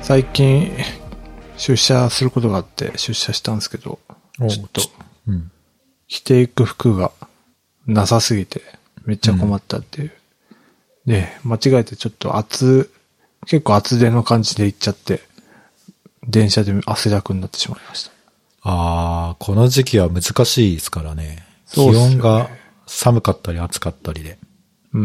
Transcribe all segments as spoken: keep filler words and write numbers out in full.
最近出社することがあって出社したんですけど、ちょっと、うん、着ていく服がなさすぎてめっちゃ困ったっていう。うん、で、間違えてちょっと厚、結構厚手の感じで行っちゃって、電車で汗だくになってしまいました。 ああ、この時期は難しいですからね。気温が寒かったり暑かったりで。 うん。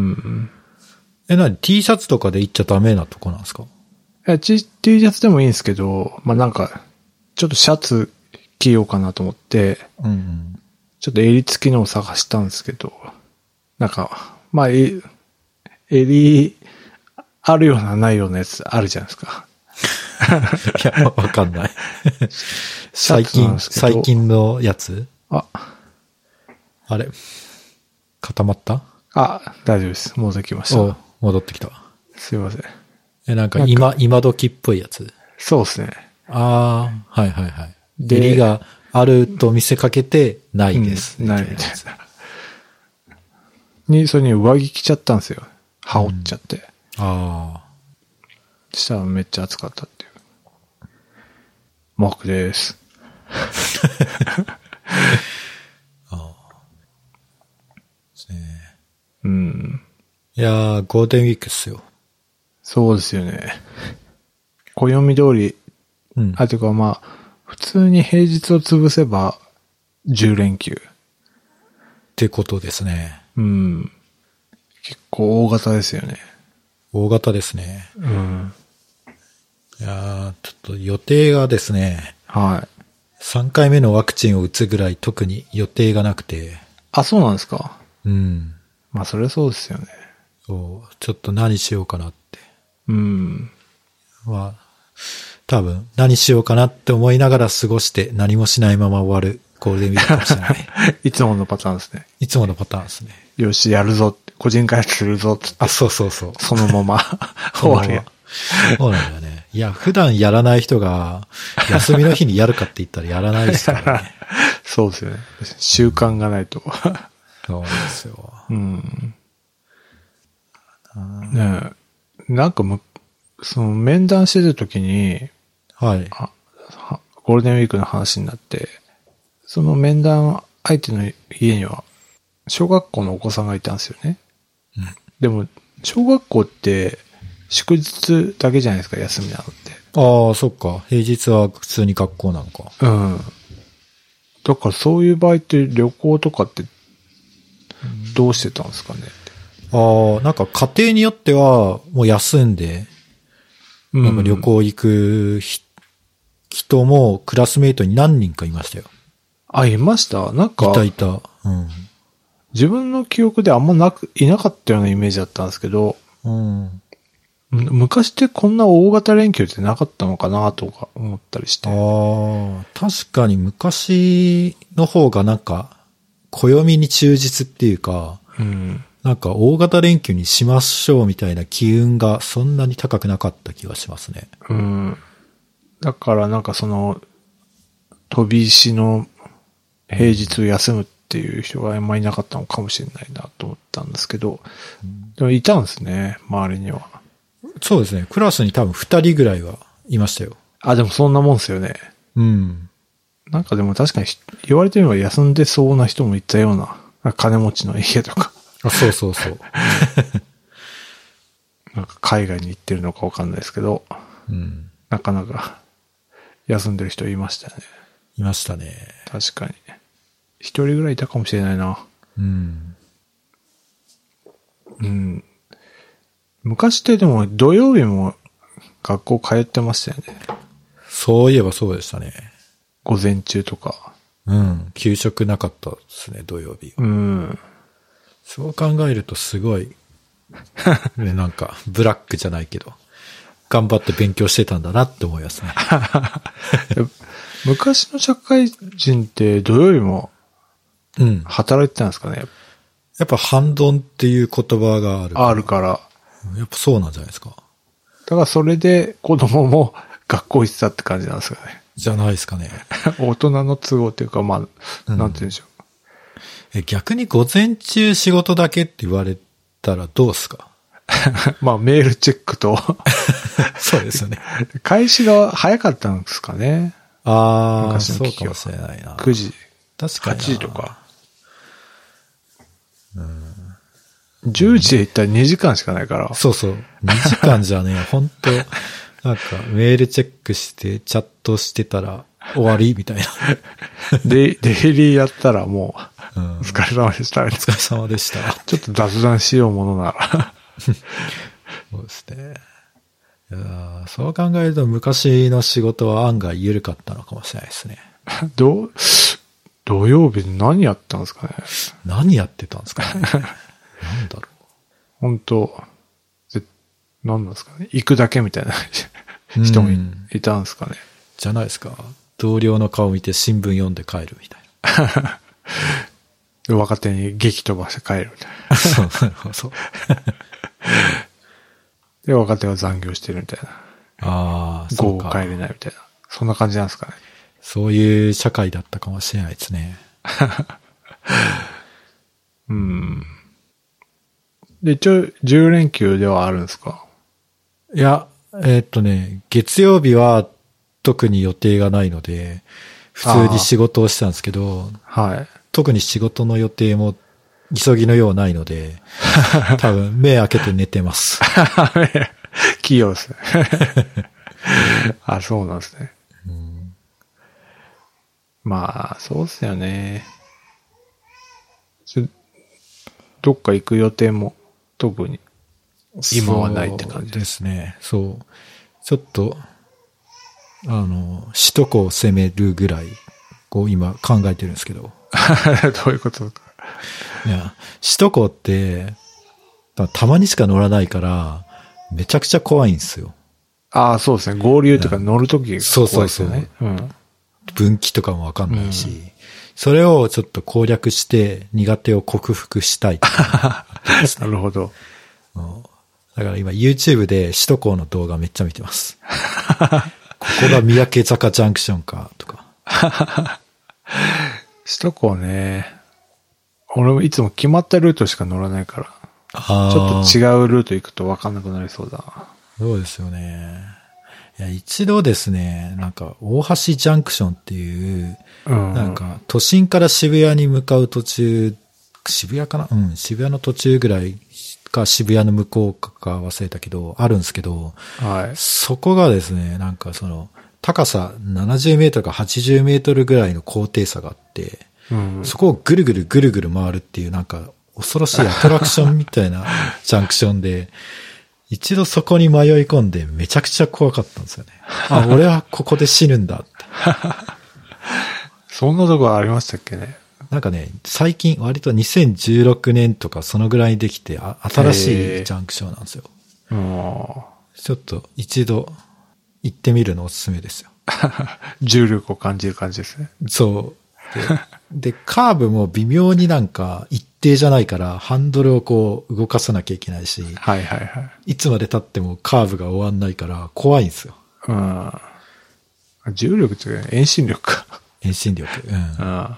え、なに T シャツとかで行っちゃダメなとこなんですか？ いや、T シャツでもいいんですけど、まあ、なんか、ちょっとシャツ着ようかなと思って、 うんうん、 ちょっと襟付きのを探したんですけど、なんか、まあ、え襟あるようなないようなやつあるじゃないですか。 いや、わかんない。最近、最近のやつ？ あ、 あれ固まった？ あ、大丈夫です。戻ってきました。 お、戻ってきた。 すいません。 え、なんか今、か今時っぽいやつ？ そうですね。 ああ、はいはいはい。襟があると見せかけて、ないです、 うん。ないみたいな。に、それに上着着ちゃったんですよ。羽織っちゃって。うん、 ああ。 そしたらめっちゃ暑かったっていう。マークです。 ああ。ですね。 うん。 いやー、ゴールデンウィークっすよ。 そうですよね。暦通り、うん、あ、ていうかまあ、普通に平日を潰せばじゅう連休。 ってことですね。 うん。結構大型ですよね。 大型ですね。 うん。 いやー、ちょっと予定がですね。 はい。 さんかいめのワクチンを打つぐらい特に予定がなくて。 あ、そうなんですか。 うん。 まあそれそうですよね。 そう、ちょっと何しようかなって。 うん。 まあ、多分何しようかなって思いながら過ごして何もしないまま終わるゴールデンウィークかもしれない。 いつものパターンですね。 いつものパターンですね。 よし、やるぞ。個人開発するぞっつって。 あ、そうそうそう。 そのまま終わるや。 そうなんだよね。いや、普段やらない人が休みの日にやるかって言ったらやらないですからね。 そうですよね。習慣がないと。 そうですよ。 うん。ねえ。なんかむ、その面談してた時に、 はい。 ゴールデンウィークの話になって、その面談相手の家には、小学校のお子さんがいたんですよね。 うん、 でも、小学校って、祝日だけじゃないですか、休みなのって。 ああ、そっか。平日は普通に学校なのか。 うん。だからそういう場合って旅行とかってどうしてたんですかね。 ああ、なんか家庭によってはもう休んで、なんか旅行行く人もクラスメイトに何人かいましたよ。 あ、いました？なんか。 いたいた。うん。 自分の記憶であんまなく、いなかったようなイメージだったんですけど、 うん。 昔ってこんな大型連休ってなかったのかなとか思ったりして。 ああ、確かに昔の方がなんか、暦に忠実っていうか、 うん、 なんか大型連休にしましょうみたいな機運がそんなに高くなかった気がしますね。 うん。だからなんかその、飛び石の平日を休むっていう人があんまりいなかったのかもしれないなと思ったんですけど、うん、でもいたんですね、周りには。 そうですね。クラスに多分二人ぐらいはいましたよ。 あ、でもそんなもんですよね。 うん。 なんかでも確かに言われてみれば休んでそうな人もいたような。金持ちの家とか。 あ、そうそうそう。 なんか海外に行ってるのかわかんないですけど、 うん、 なかなか休んでる人いましたよね。 いましたね。 確かに。一人ぐらいいたかもしれないな。 うん。 うん。昔ってでも土曜日も学校通ってましたよね。 そういえばそうでしたね。 午前中とか。 うん。給食なかったですね、土曜日。 うん。 そう考えるとすごい、ね、なんかブラックじゃないけど、頑張って勉強してたんだなって思いますね。 昔の社会人って土曜日も働いてたんですかね。 うん、やっぱ半ドンっていう言葉があるから。 あるから。 やっぱそうなんじゃないですか。だからそれで子供も学校行ってたって感じなんですかね。 じゃないですかね。 大人の都合っていうか、まあ、なんて言うんでしょう。 え、逆に午前中仕事だけって言われたらどうですか？ まあメールチェックと。 そうですよね。 開始が早かったんですかね。 ああ、そうかもしれないな。 くじ。 確かに。 はちじとか。うん。じゅうじで行ったらにじかんしかないから。 そうそう。にじかんじゃね、本当なんかメールチェックしてチャットしてたら終わりみたいな。 で、デイリーやったらもう、うん、お疲れ様でした。お疲れ様でした。 ちょっと雑談しようものなら。 そうですね。いやそう考えると昔の仕事は案外緩かったのかもしれないですね。 ど、土曜日何やったんですかね。 何やってたんですかね。なんだろう。 本当何なんですかね。行くだけみたいな人も い,、うん、いたんですかね。 じゃないですか。同僚の顔見て新聞読んで帰るみたいな。若手に激飛ばして帰るみたいな。そうそうそう。で、若手は残業してるみたいな。 ああ、そうか。 午後帰れないみたいな。そんな感じなんですかね。 そういう社会だったかもしれないですね。 うん。で、一応、じゅう連休ではあるんですか？ いや、えー、っとね、月曜日は特に予定がないので、普通に仕事をしたんですけど、 はい。 特に仕事の予定も急ぎのようないので、多分目開けて寝てます。 器用ですね。あ、そうなんですね。うん、まあ、そうっすよね。どっか行く予定も特に今はないって感じですね。そう。ちょっと、あの、首都高を攻めるぐらい、こう今考えてるんですけど。 どういうことか。 いや、首都高って、たまにしか乗らないから、めちゃくちゃ怖いんですよ。 ああ、そうですね。合流とか乗るときが怖いですよね。そうそうそう。 うん。分岐とかもわかんないし、うん、それをちょっと攻略して苦手を克服したい、ね。 なるほど。 だから今 YouTube で首都高の動画めっちゃ見てます。ここが三宅坂ジャンクションか、とか。 首都高ね。俺もいつも決まったルートしか乗らないから。あちょっと違うルート行くと分かんなくなりそうだな。 そうですよね。いや、一度ですね、なんか、大橋ジャンクションっていう、うん、なんか、都心から渋谷に向かう途中、渋谷かなうん、渋谷の途中ぐらいか渋谷の向こうか忘れたけど、あるんですけど、はい、そこがですね、なんかその、高さななじゅうメートルかはちじゅうメートルぐらいの高低差があって、うん、そこをぐるぐるぐるぐる回るっていうなんか、恐ろしいアトラクションみたいなジャンクションで、一度そこに迷い込んでめちゃくちゃ怖かったんですよね。あ、俺はここで死ぬんだって。 そんなとこありましたっけね。 なんかね、最近割とにせんじゅうろくねんとかそのぐらいにできて、あ新しいジャンクションなんですよ。ちょっと一度行ってみるのおすすめですよ。 重力を感じる感じですね。 そう。で、でカーブも微妙になんか一定じゃないからハンドルをこう動かさなきゃいけないし、 はいはいはい。 いつまで経ってもカーブが終わんないから怖いんですよ。 うん。重力っていうか遠心力か。 遠心力。うん。 あ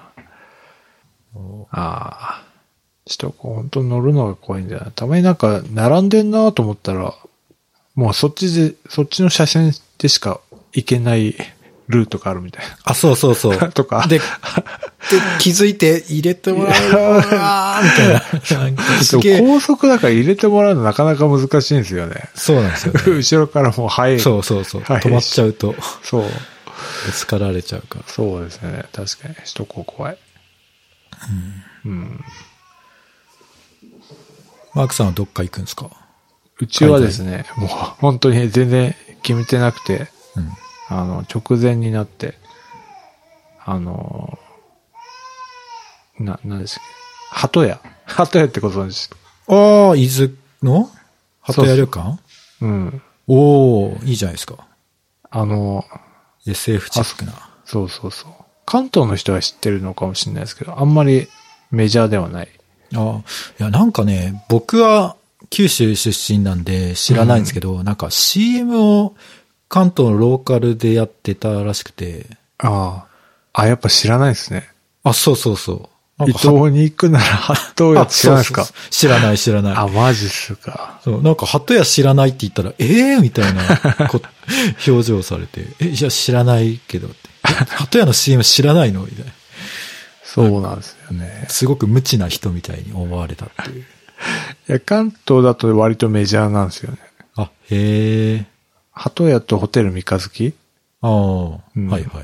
あ。首都高本当に乗るのが怖いんだよな。たまになんか並んでんなと思ったら、もうそっちで、そっちの車線でしか行けないルートがあるみたいな。 あ、そうそうそう。 とか。 で、で気づいて入れてもらえるなみたいな。なんかすげえ高速だから入れてもらうのなかなか難しいんですよね。 そうなんですよ、ね。 後ろからもう速い。 そうそうそう。止まっちゃうと。 そう。ぶつかられちゃうから。 そうですね。確かに。首都高怖い。うん。うん。 マークさんはどっか行くんですか？ うちはですね、もう本当に全然決めてなくて、うん、あの、直前になって、あの、な、なんですか、鳩屋鳩屋ってことなんです。 ああ、伊豆の鳩屋旅館？ そうそう。うん。 おー、いいじゃないですか。 あの、 エスエフ チックな。 そうそうそう。関東の人は知ってるのかもしれないですけど、あんまりメジャーではない。 ああ、いや、なんかね、僕は九州出身なんで知らないんですけど、うん、なんか シーエム を関東のローカルでやってたらしくて。 ああ。あ、やっぱ知らないですね。 あ、そうそうそ伊東に行くならハトヤ知らないですか？ 知らない知らない。 あ、マジっすか。 そう、なんかハトヤ知らないって言ったら、ええー、みたいな表情されて、え、じゃあ知らないけどって。ハトヤの シーエム 知らないのみたいな。 そうなんですよね。 すごく無知な人みたいに思われたっていう。いや、関東だと割とメジャーなんですよね。 あ、へえ。 ハトヤとホテル三日月ああ、うん、はいはい。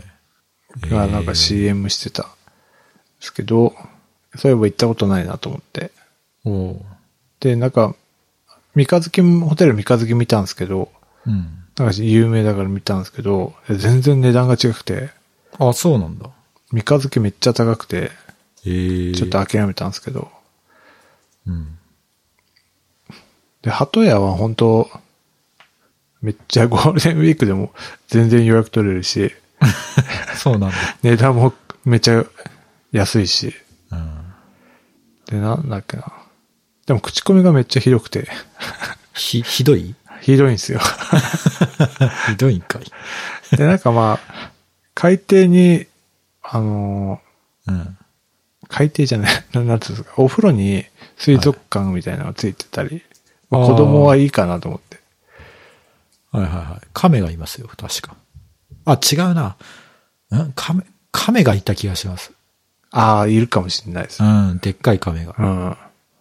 がなんか シーエム してた。ですけど、そういえば行ったことないなと思って。 おで、なんか、三日月も、ホテル三日月見たんですけど、うん、なんか有名だから見たんですけど、全然値段が違くて。 あ、そうなんだ。 三日月めっちゃ高くて、 えー、 ちょっと諦めたんですけど。 うん、 で、ハトヤは本当めっちゃゴールデンウィークでも全然予約取れるし、 そうなんだ。 値段もめっちゃ安いし。 うん、 で、なんだっけな。でも口コミがめっちゃひどくて。 ひ、ひどい？ ひどいんですよ。 ひどいんかい。で、なんかまあ、海底に、あのー、うん、 海底じゃない、なんていうんですか、お風呂に水族館みたいなのがついてたり、はい、まあ、子供はいいかなと思って。 はいはいはい。亀がいますよ、確か。あ、違うな。ん亀、亀がいた気がします。 ああ、いるかもしれないです。 うん、でっかい亀が。 うん。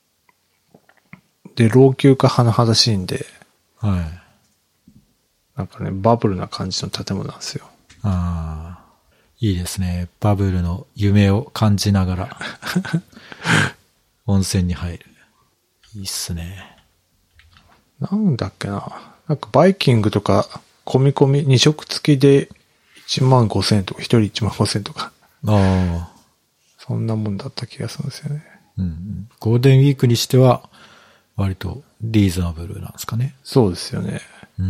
で、老朽化甚だしいんで、 はい。 なんかね、バブルな感じの建物なんですよ。 ああ、いいですね。バブルの夢を感じながら、温泉に入る。いいっすね。 なんだっけな。なんかバイキングとか、込み込み、に食付きでいちまんごせんえんとか、ひとりいちまんごせんえんとか。 ああ。 そんなもんだった気がするんですよね。 うん。ゴールデンウィークにしては、割とリーズナブルなんですかね。 そうですよね。 うん。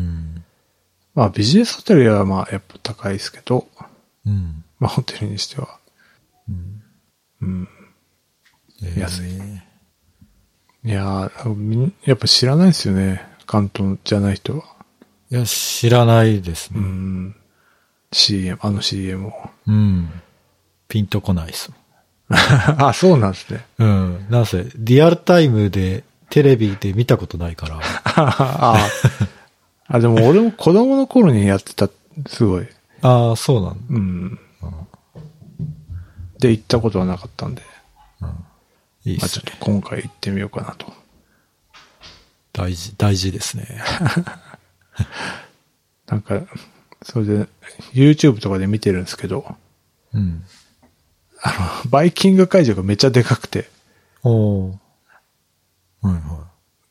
まあビジネスホテルはまあやっぱ高いですけど、 うん。 まあホテルにしては。 うん。 うん。 えー、 安い。いやー、やっぱ知らないですよね。関東じゃない人は。 いや、知らないですね。 うん。シーエム、あの シーエム を。 うん。ピンとこないです。 あ、そうなんですね。 うん。なんせ、リアルタイムでテレビで見たことないから。 ああ。でも俺も子供の頃にやってた、すごい。 ああ、そうなんだ。 うん。うん、で、行ったことはなかったんで。 うん。いいっすね。 まあ、ちょっと今回行ってみようかなと。 大事、大事ですね。 なんか、それで、YouTube とかで見てるんですけど、 うん。 あの、バイキング会場がめっちゃでかくて。 おー。はいはい。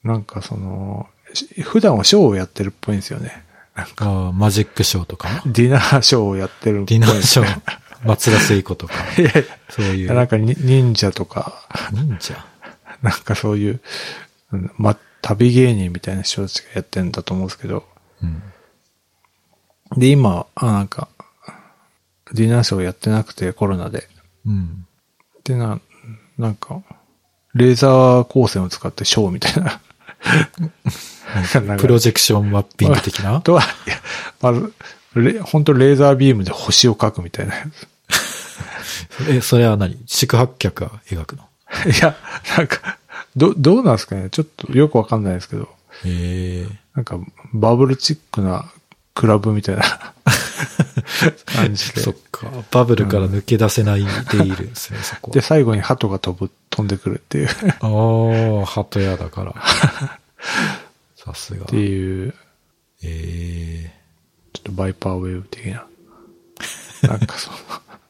なんかその、普段はショーをやってるっぽいんですよね。なんかああ、マジックショーとかディナーショーをやってるっぽい。 ディナーショー。松田聖子とか。 いやいやそういう。 なんかに忍者とか。 忍者なんかそういう、ま、旅芸人みたいな人たちがやってるんだと思うんですけど。 うん、 で、今、あ、なんか、ディナーショーやってなくてコロナで。 うん、 で、な、なんか、レーザー光線を使ってショーみたいな。 プロジェクションマッピング的なとは、いや、まず、レ、本当レーザービームで星を描くみたいなやつ。え、それは何？宿泊客が描くの？ いや、なんか、ど、どうなんですかねちょっとよくわかんないですけど。 へえ。 なんか、バブルチックなクラブみたいな感じで。 そっか。バブルから抜け出せないでいるんですね、うん、そこ。 で、最後に鳩が飛ぶ、飛んでくるっていう。 ああ、鳩屋だから。さすが。 っていう。 ええー。 ちょっとバイパーウェーブ的な。なんかそう。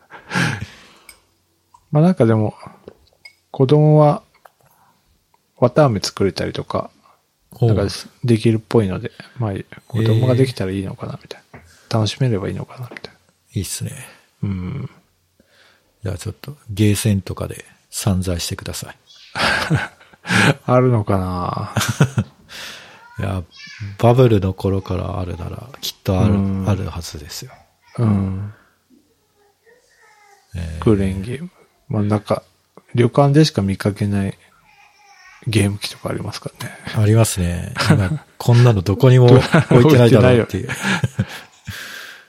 まあなんかでも、子供は、綿あめ作れたりとか、なんかできるっぽいので、まあ子供ができたらいいのかなみたいな。楽しめればいいのかなみたいな。 いいっすね。 うん。 じゃあちょっとゲーセンとかで散財してください。 あるのかないや、バブルの頃からあるならきっとある、あるはずですよ。 うん。えー、クレーンゲーム。まあなんか、旅館でしか見かけないゲーム機とかありますからね。 ありますね。今、こんなのどこにも置いてないだろうっていう。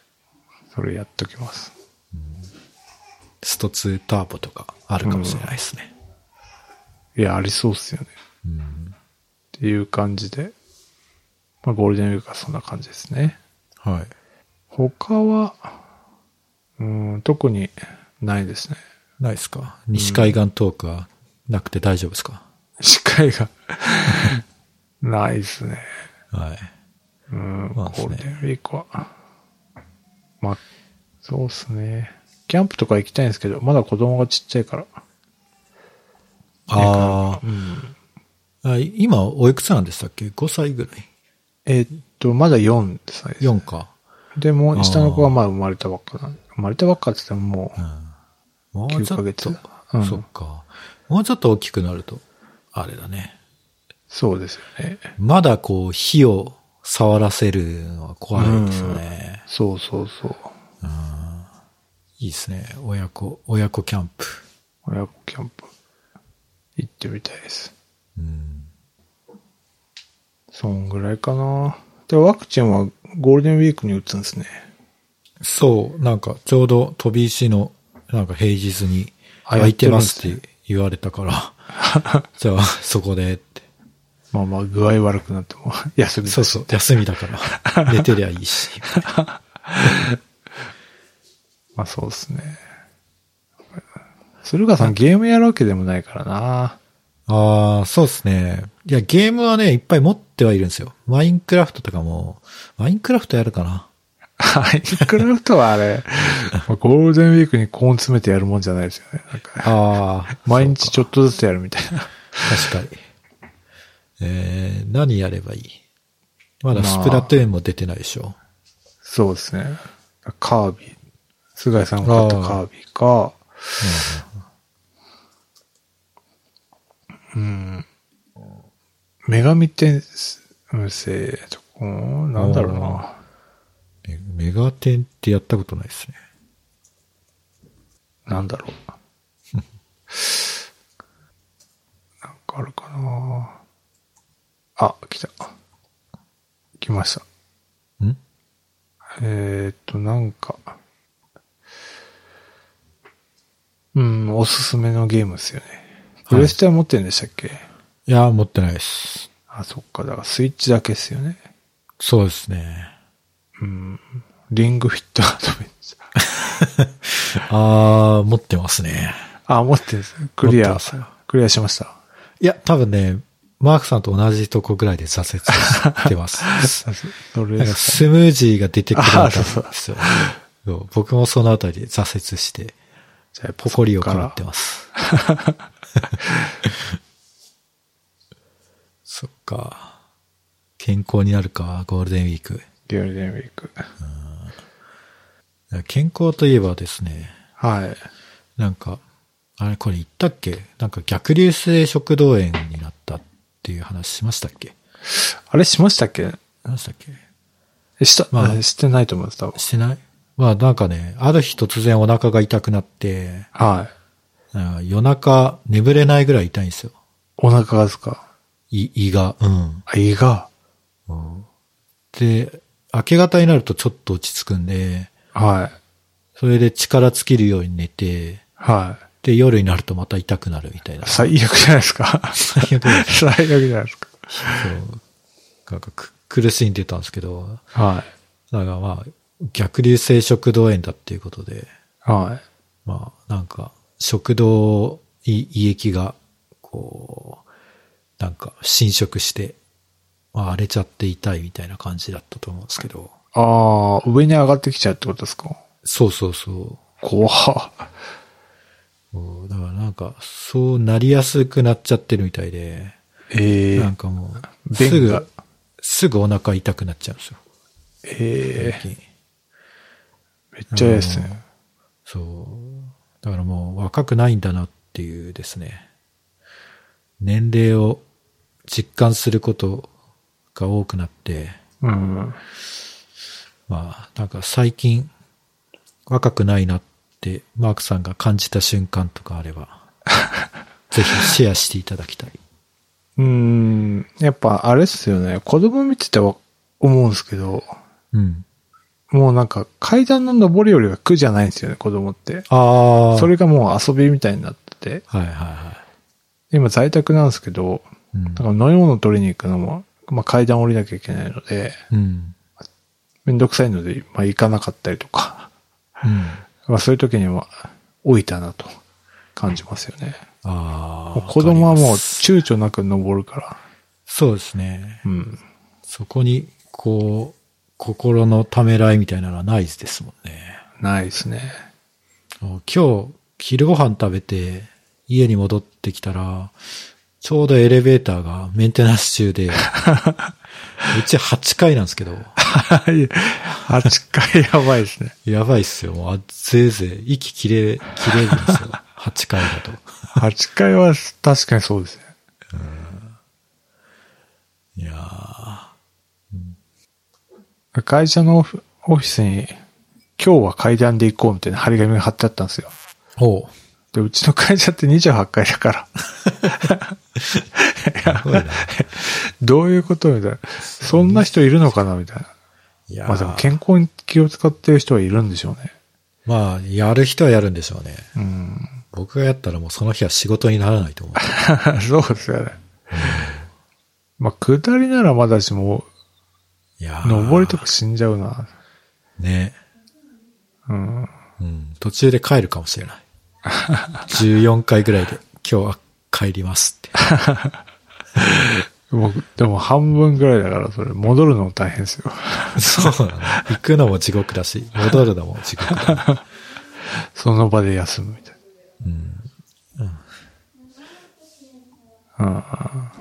それやっときます。 ストツーターボとかあるかもしれないですね。 うん、いや、ありそうっすよね。うん、っていう感じで、まあ、ゴールデンウィークはそんな感じですね。 はい。 他は、うん、特にないですね。 ないですか。西海岸トークはなくて大丈夫ですか。 うん、西海岸ないですね。 はい。 うん、まあね、ゴールデンウィークは。まあ、そうですね。キャンプとか行きたいんですけど、まだ子供がちっちゃいから。 ああ、うん。あ、今、おいくつなんでしたっけ ?ご 歳ぐらい。 えー、っと、まだよんですね。 よんか。 でも、下の子はまあ生まれたばっかなんで。生まれたばっかって言ってももう、きゅうかげつ。 もうちょっと、うん、そっか。もうちょっと大きくなると、あれだね。 そうですよね。 まだこう、火を触らせるのは怖いですよね。 うん、そうそうそう。 うん、いいですね。親子、親子キャンプ。 親子キャンプ。行ってみたいです。うん。そんぐらいかな。で、ワクチンはゴールデンウィークに打つんですね。 そう、なんかちょうど飛び石の、なんか平日に空いてますって言われたから、じゃあそこでって。 まあまあ具合悪くなっても休みだし。 そうそう、休みだから寝てりゃいいし。 まあそうですね。駿河さんゲームやるわけでもないからな。 ああ、そうですね。いや、ゲームはね、いっぱい持ってはいるんですよ。マインクラフトとかも、マインクラフトやるかな。 マインクラフトはあれ、ゴールデンウィークにコーン詰めてやるもんじゃないですよね。なんかああ。毎日ちょっとずつやるみたいな。 確かに。えー、何やればいい？まだスプラトゥーンも出てないでしょ。 そうですね。カービィ。菅井さんが買ったカービィか、うん。女神転生とか、なんだろうな。 メガテンってやったことないですね。 なんだろう。なんかあるかな。あ、来た。来ました。 んえーっと、なんか。うん、おすすめのゲームですよね。プレステは持ってるんでしたっけ？ いや、持ってないです。 あ、そっか。だからスイッチだけですよね。 そうですね。 うん。リングフィットアドベンチャー。 あー、持ってますね。 あ、持ってるんです。クリア、クリアしました。 いや、多分ね、マークさんと同じとこぐらいで挫折してます。 どれなんかスムージーが出てくるんですよ。そう僕もそのあたりで挫折して、じゃあポコリをかぶってます。そっか。健康になるか、ゴールデンウィーク。 ゴールデンウィーク。 健康といえばですね。 はい。 なんか、あれこれ言ったっけ？なんか逆流性食道炎になったっていう話しましたっけ？ あれしましたっけ？ 何したっけ？ え、した、まあ、してないと思います、多分。 してない？まあなんかね、ある日突然お腹が痛くなって、 はい。 夜中眠れないぐらい痛いんですよ。 お腹がですか？ 胃、胃が、うん。 あ、胃が、 うん。で、明け方になるとちょっと落ち着くんで、 はい。 それで力尽きるように寝て、 はい。 で、夜になるとまた痛くなるみたいな。 最悪じゃないですか。 最悪です。 最悪じゃないですか。 そう。なんかく苦しんでたんですけど、 はい。 だからまあ、逆流性食道炎だっていうことで、 はい。 まあ、なんか、食道、胃液が、こう、なんか侵食して、まあ、荒れちゃって痛いみたいな感じだったと思うんですけど。 ああ、上に上がってきちゃうってことですか？ そうそうそう。 怖っ。 だからなんか、そうなりやすくなっちゃってるみたいで、 ええー。 なんかもう、すぐ、すぐお腹痛くなっちゃうんですよ。 ええー。めっちゃ嫌ですね。 そう。だからもう若くないんだなっていうですね。年齢を実感することが多くなって、 うん、 まあ、なんか最近若くないなってマークさんが感じた瞬間とかあれば、ぜひシェアしていただきたい。 うーん、やっぱあれっすよね。子供見てて思うんですけど、 うん。 もうなんか階段の上り下りが苦じゃないんですよね、子供って。 ああ。 それがもう遊びみたいになってて。 はいはいはい。 今在宅なんですけど、うん、だから飲み物取りに行くのも、まあ階段降りなきゃいけないので、うん、めんどくさいので、まあ行かなかったりとか、うん、まあそういう時には置いたなと感じますよね。ああ。子供はもう躊躇なく登るから。 そうですね。うん。そこに、こう、心のためらいみたいなのはないですもんね。 ないですね。 今日、昼ご飯食べて、家に戻ってきたら、ちょうどエレベーターがメンテナンス中で、うちはちかいなんですけど。 はちかいやばいですね。 やばいっすよ。もう、ぜいぜい、息切れ、切れるんですよ。はちかいだと。 はちかいは確かにそうですね。 うん、いやー、 うん、会社のオフィスに、今日は階段で行こうみたいな張り紙が貼ってあったんですよ。 おう。 で、うちの会社ってにじゅうはちかいだから。いやどういうことみたいな。そんな人いるのかなみたいな。いやまあでも健康に気を使ってる人はいるんでしょうね。 まあ、やる人はやるんでしょうね。うん、僕がやったらもうその日は仕事にならないと思う。そうですよね。うん、まあ、下りならまだしも、いや上りとか死んじゃうな。 ね。うん。うん。途中で帰るかもしれない。じゅうよんかいぐらいで今日は帰りますって。 僕、でも半分ぐらいだからそれ戻るのも大変ですよ。 そうだね。行くのも地獄だし、戻るのも地獄だ、ね。 その場で休むみたいな。うん。うん。ああ。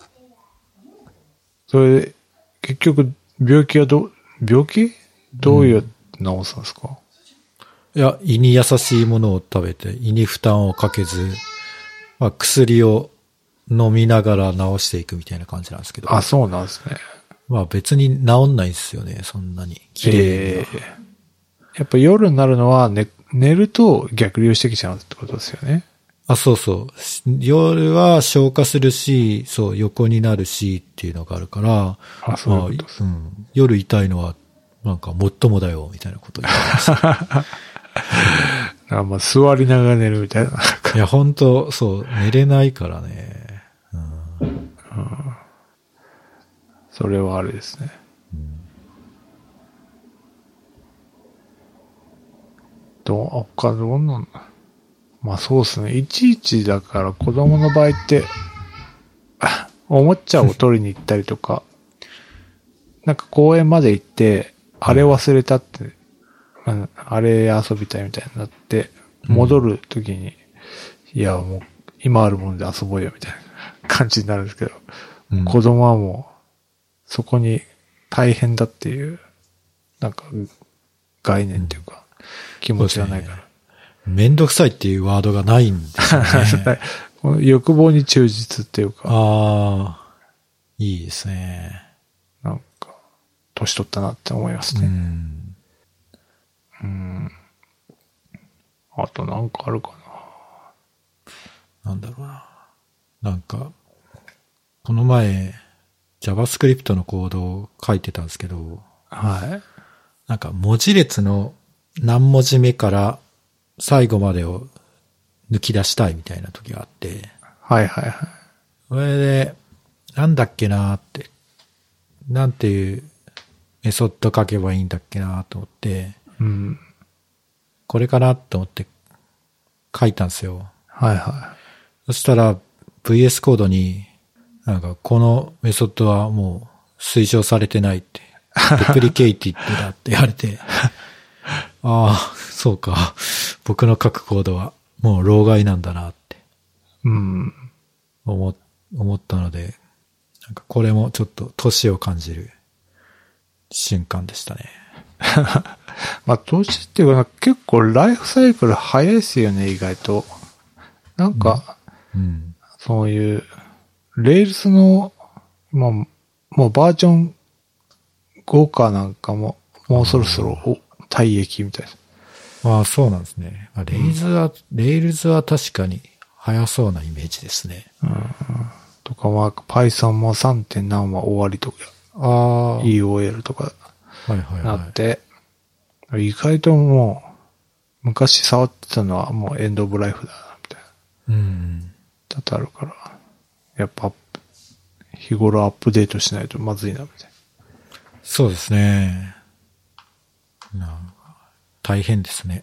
それで、結局、病気はど、病気どういう治すんですか、うんいや、胃に優しいものを食べて、胃に負担をかけず、まあ、薬を飲みながら治していくみたいな感じなんですけど。 あ、そうなんですね。 まあ別に治んないですよね、そんなに。綺麗に、えー。 やっぱ夜になるのは寝、寝ると逆流してきちゃうってことですよね。 あ、そうそう。夜は消化するし、そう、横になるしっていうのがあるから、 あ、そういうことです、 まあ、うん。夜痛いのは、なんか、もっともだよ、みたいなこと言ってました。 あまあ座りながら寝るみたいな。 いや、本当そう、寝れないからね。うん。うん、 それはあれですね。うん、どう、他どうなんだ。まあそうですね。いちいちだから子供の場合って、おもちゃを取りに行ったりとか、なんか公園まで行って、あれ忘れたって、うん、あれ遊びたいみたいになって、戻るときに、うん、いやもう今あるもので遊ぼうよみたいな感じになるんですけど、うん、子供はもうそこに大変だっていう、なんか概念っていうか、気持ちがないから。 めんどくさいっていうワードがないんですよね。 欲望に忠実っていうか。 ああ、いいですね。 なんか、年取ったなって思いますね。うん。うん。あとなんかあるかな。なんだろうな。なんか、この前、JavaScript のコードを書いてたんですけど、 はい。 なんか文字列の何文字目から最後までを抜き出したいみたいな時があって。 はいはいはい。 それで、なんだっけなーって、なんていうメソッド書けばいいんだっけなーと思って、うん、これかなと思って書いたんですよ。 はいはい。 そしたら ブイエス コードに、なんかこのメソッドはもう推奨されてないって、デプリケイティッドだって言われて、ああ、そうか。僕の書くコードはもう老害なんだなって。うん。思、思ったので、なんかこれもちょっと年を感じる瞬間でしたね。 まあ年っていうか結構ライフサイクル早いですよね、意外と。なんか、うんうん、そういう、レールスの、まあ、もうバージョンごかなんかも、もうそろそろ退役みたいな。ああ、そうなんですね。レールズは、うん、レールズは確かに早そうなイメージですね。 うん、とか、まあ、Python も さん. 何は終わりとか、あ イーオーエル とかなって、はいはいはい、 意外ともう、昔触ってたのはもうエンドオブライフだな、みたいな。うん。だってあるから、やっぱ、日頃アップデートしないとまずいな、みたいな。 そうですね。なんか大変ですね。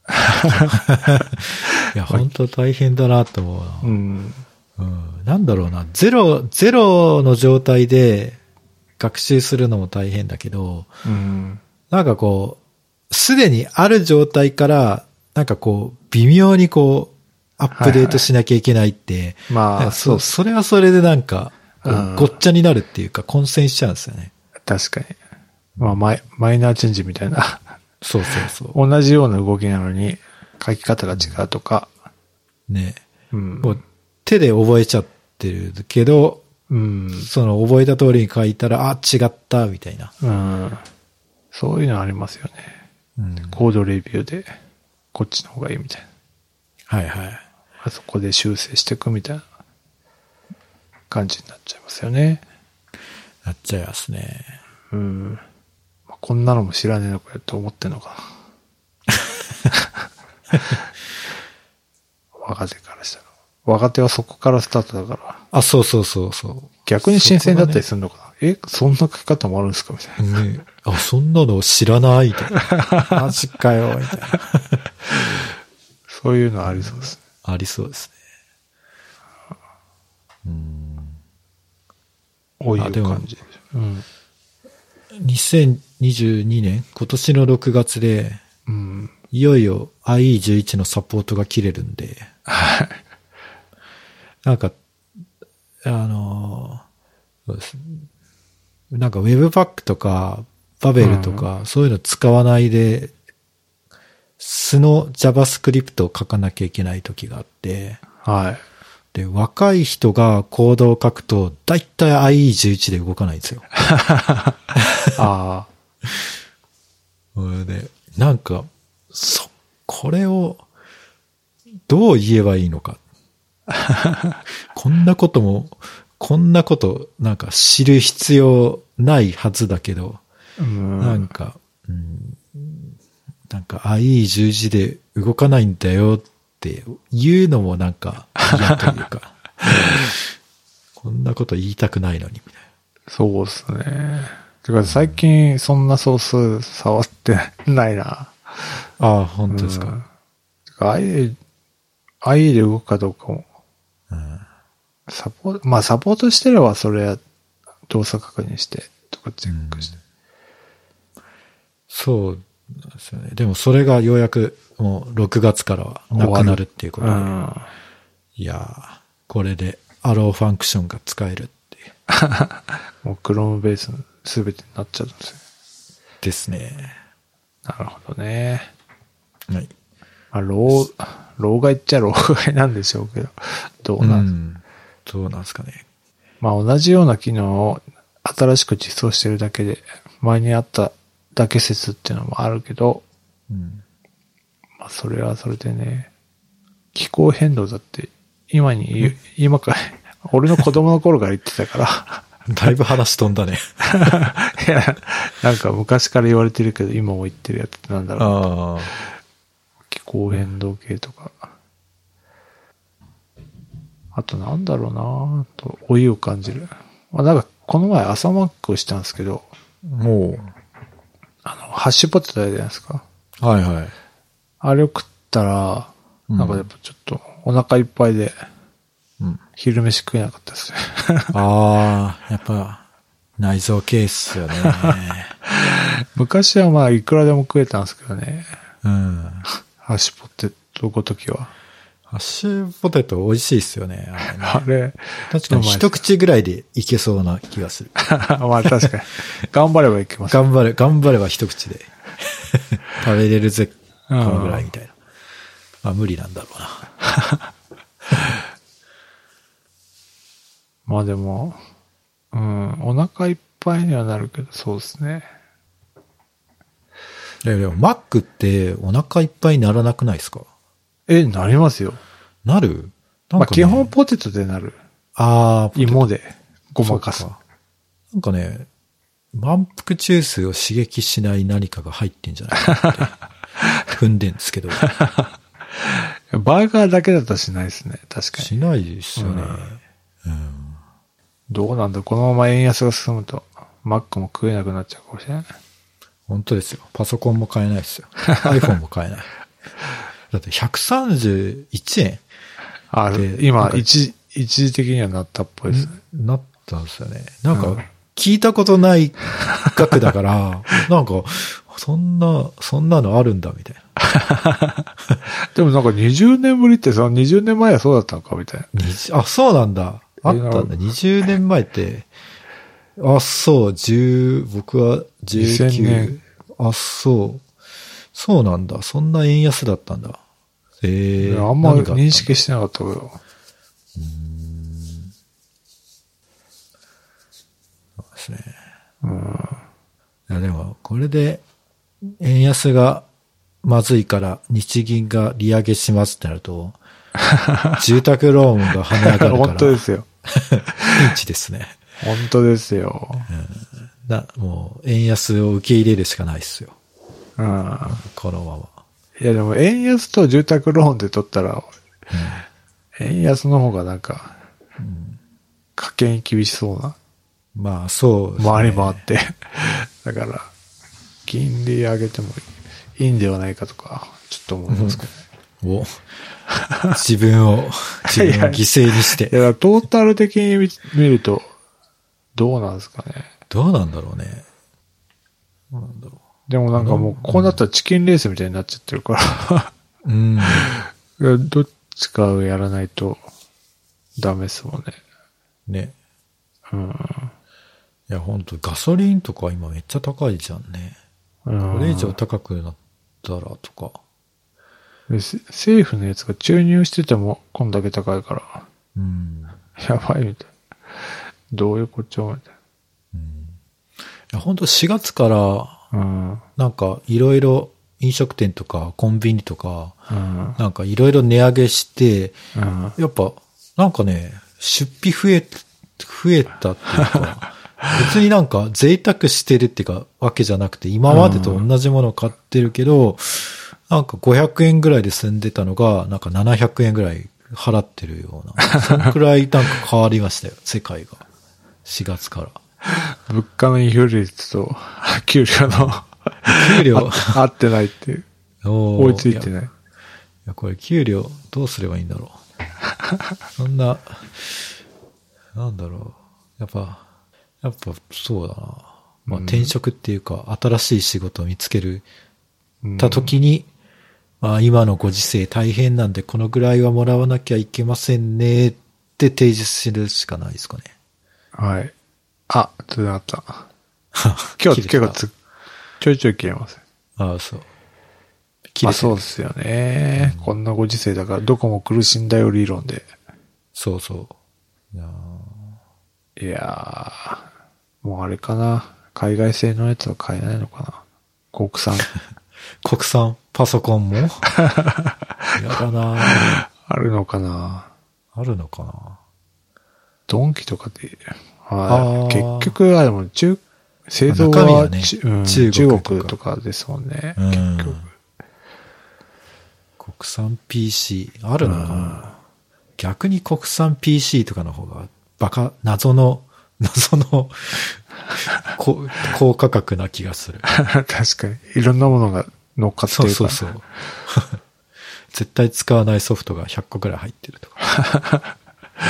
いや、本当大変だなと思うな。うん。うん。なんだろうな。ゼロ、ゼロの状態で学習するのも大変だけど、うん、なんかこう、すでにある状態から、なんかこう、微妙にこう、アップデートしなきゃいけないって、はいはい、まあ、そう、それはそれでなんか、ごっちゃになるっていうか、混戦しちゃうんですよね。 確かに。まあ、マイ、マイナーチェンジみたいな。 そうそうそう。 同じような動きなのに、書き方が違うとか。 ね。うん。もう手で覚えちゃってるけど、うん。その覚えた通りに書いたら、あ、違った、みたいな。 うん。そういうのありますよね。うん。コードレビューで、こっちの方がいいみたいな。はいはい。 あそこで修正していくみたいな感じになっちゃいますよね。 なっちゃいますね。 うん。こんなのも知らねえのかよと思ってんのかな。若手からしたら。若手はそこからスタートだから。 あ、そうそうそうそう。 逆に新鮮だったりするのかな。ね、え、そんな書き方もあるんですかみたいな。 ね、あ、そんなの知らないみたいな。マジかよ、みたいな。 そういうのありそうですね。 ありそうですね。うん。 こういう感じ。うん。 にせんにじゅうにねん、今年のろくがつで、うん、いよいよ アイイーじゅういち のサポートが切れるんで、なんか、あの、そうです。なんか Webpack とか Babel とか、うん、そういうの使わないで、素の JavaScript を書かなきゃいけない時があって、はい。で、若い人がコードを書くと、だいたい アイイーじゅういち で動かないんですよ。ああ。で、なんか、そ、これを、どう言えばいいのか。こんなことも、こんなこと、なんか知る必要ないはずだけど、うんなんか、うん、なんか アイイーじゅういち で動かないんだよって言うのもなんか嫌というか、こんなこと言いたくないのにみたいな。 そうですね。てか最近そんなソース触ってないな。 ああ、本当ですか。うん、 アイ、アイ で動くかどうかも。うん、サポート、まあサポートしてればそれは動作確認してとかチェックして。 うん、そうですよね。でもそれがようやくもうろくがつからはなくなるっていうことで。うん、いやー、これでアローファンクションが使えるっていう。 もう Chrome ベースの全てになっちゃうんですよ。 ですね。 なるほどね。 はい。 まあ、老、老害っちゃ老害なんでしょうけど、どうなん、うん、 どうなんですかね。 まあ同じような機能を新しく実装してるだけで、前にあっただけ説っていうのもあるけど、うん、まあそれはそれでね、気候変動だって今に、今から、俺の子供の頃から言ってたから、 だいぶ話飛んだね。 いや、なんか昔から言われてるけど、今も言ってるやつってなんだろう。気候変動系とか。あとなんだろうなと、老いを感じる。まあ、なんか、この前朝マックをしたんですけど、もう、あの、ハッシュポテトあるじゃないですか。 はいはい。 あれを食ったら、なんかやっぱちょっとお腹いっぱいで、うん、昼飯食えなかったですね。 ああ、やっぱ内臓系っすよね。 昔はまあいくらでも食えたんですけどね。うん。ハッシュポテトごときは。 ハッシュポテト美味しいっすよね。あれ、ね、 あれ確かに一口ぐらいでいけそうな気がする。 まあ確かに。頑張ればいけます。 頑張れ、頑張れば一口で食べれるぜ、このぐらいみたいな。まあ無理なんだろうな。 まあでも、うん、お腹いっぱいにはなるけど、そうですね。 いやでも、マックってお腹いっぱいにならなくないですか？ え、なりますよ。 なる？ なんかね、まあ基本ポテトでなる。 ああ、 芋でごまかす。 なんかね、 満腹中枢を刺激しない何かが入ってんじゃないかって踏んでんですけど。 バーガーだけだとしないですね。確かに。 しないですよね。うん。うん、 どうなんだ、このまま円安が進むと、マックも食えなくなっちゃうかもしれない。 本当ですよ。パソコンも買えないですよ。iPhone も買えない。だってひゃくさんじゅういちえん。 あ、今、一、一時的にはなったっぽいですね。 なったんですよね。なんか、聞いたことない額だから、なんか、そんな、そんなのあるんだ、みたいな。 でもなんかにじゅうねんぶりってそのにじゅうねんまえはそうだったのか、みたいな。あ、そうなんだ。あったんだ。にじゅうねんまえって、あ、そう、じゅう、僕はじゅうきゅう。ねんあ、そう。そうなんだ。そんな円安だったんだ。ええー。あんま認識してなかったけど。うーん。 そうですね。 うん。 いや、でも、これで、円安がまずいから日銀が利上げしますってなると、住宅ローンが跳ね上がるから。 本当ですよ。 ピンチですね。 本当ですよ。 うん、だもう、円安を受け入れるしかないですよ。 うん。 このまま。 いやでも、円安と住宅ローンで取ったら、うん、円安の方がなんか、うん、家計に厳しそうな。 まあ、そうですね。 回り回って。だから、金利上げてもいいんではないかとか、ちょっと思いますけどね。 お自分を、自分を犠牲にして。 いや、いやトータル的に見ると、どうなんですかね。 どうなんだろうね。どうなんだろう。 でもなんかもう、こうなったらチキンレースみたいになっちゃってるから。うん。どっちかをやらないとダメですもんね。 ね。 うん。 いや、ほんと、ガソリンとか今めっちゃ高いじゃんね。これ以上高くなったらとか。 政府のやつが注入しててもこんだけ高いから。 うん。 やばいみたいな。どういうこっちゃみたいな。 うん。いや、ほんとしがつから、うん、なんかいろいろ飲食店とかコンビニとか、うん、なんかいろいろ値上げして、うん、やっぱ、なんかね、出費増え、増えたっていうか、別になんか贅沢してるっていうかわけじゃなくて、今までと同じものを買ってるけど、うん、なんかごひゃくえんぐらいで済んでたのが、なんかななひゃくえんぐらい払ってるような。そのくらいなんか変わりましたよ、世界が。しがつから。 物価のインフレ率と給料の給料合ってないっていう。追いついてない。いや、これ給料どうすればいいんだろう。そんな、なんだろう。やっぱ、やっぱそうだな。まあ、転職っていうか、うん、新しい仕事を見つける、た時に、うん、まあ、今のご時世大変なんで、このぐらいはもらわなきゃいけませんねって提示するしかないですかね。 はい。あ、つながった。今日結構つ、ちょいちょい切れます。 ああ、そう。 まあそうですよね、うん。こんなご時世だからどこも苦しんだよ理論で。 そうそう。いやー、いやーもうあれかな。海外製のやつは買えないのかな。国産。 国産パソコンもやだなあるのかな。 あるのかな。 ドンキとかで。あ結局はでも中、製造は、ねうん、中国とかですもんね。うん、結局。 国産 ピーシー あるのかな、うん、逆に国産 ピーシー とかの方がバカ、謎の、謎の高価格な気がする。 確かに。いろんなものが乗っかってるから。 そうそうそう。絶対使わないソフトがひゃっこくらい入ってるとか。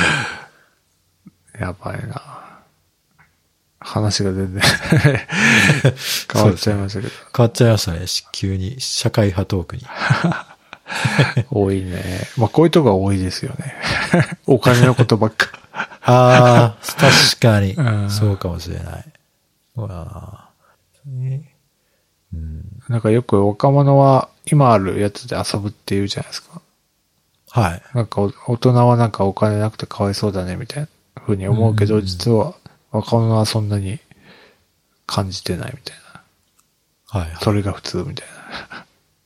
やばいな。話が全然変わっちゃいましたけど。 変わっちゃいましたね。急に社会派トークに。 多いね。まあこういうとこが多いですよね。お金のことばっか。 ああ、確かに、うん。そうかもしれない。そうだな、ねうん。なんかよく若者は今あるやつで遊ぶって言うじゃないですか。 はい。 なんか大人はなんかお金なくてかわいそうだねみたいなふうに思うけど、うんうんうん、実は若者はそんなに感じてないみたいな。 はい、はい。 それが普通みたいな。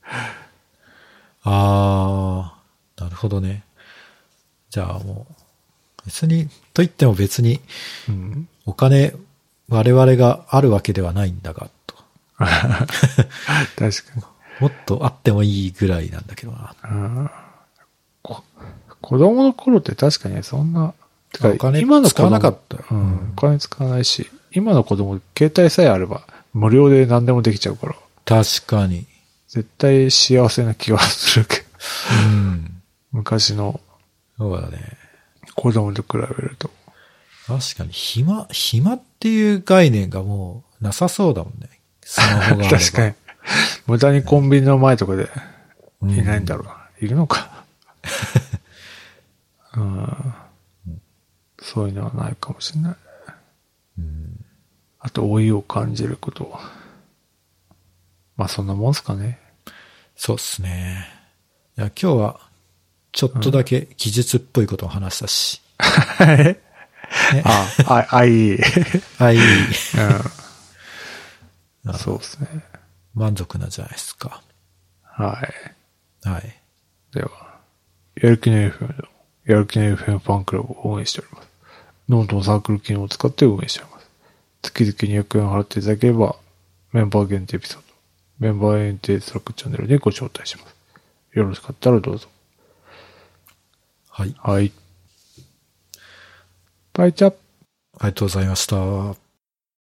あー、なるほどね。じゃあもう、別に、と言っても別に、お金我々があるわけではないんだが、と。 確かに。 もっとあってもいいぐらいなんだけどな。 こ子供の頃って確かにそんな、 てかお金使わなかった。 うん。お金使わないし、今の子供、携帯さえあれば無料で何でもできちゃうから。 確かに。 絶対幸せな気がするけど。 うん。 昔の。 そうだね。 子供と比べると。 確かに、暇、暇っていう概念がもうなさそうだもんね。スマホがあれば。 確かに。無駄にコンビニの前とかでいないんだろうな。うん、いるのか。うん、そういうのはないかもしれない。うん、あと、老いを感じること。まあ、そんなもんすかね。 そうっすね。いや、今日は、ちょっとだけ技術っぽいことを話したし。 うん、ね、あ、あ、あ、いい。 あ、いい。 うん、そうですね。 満足なんじゃないですか。 はい。 はい。 では、やる気の エフエム の、やる気の エフエム ファンクラブを応援しております。ノートのサークル機能を使って運営しております。月々にひゃくえん払っていただければ、メンバー限定エピソード、メンバー限定スラックチャンネルでご招待します。よろしかったらどうぞ。 はい。 はい。バイチャップ。 ありがとうございました。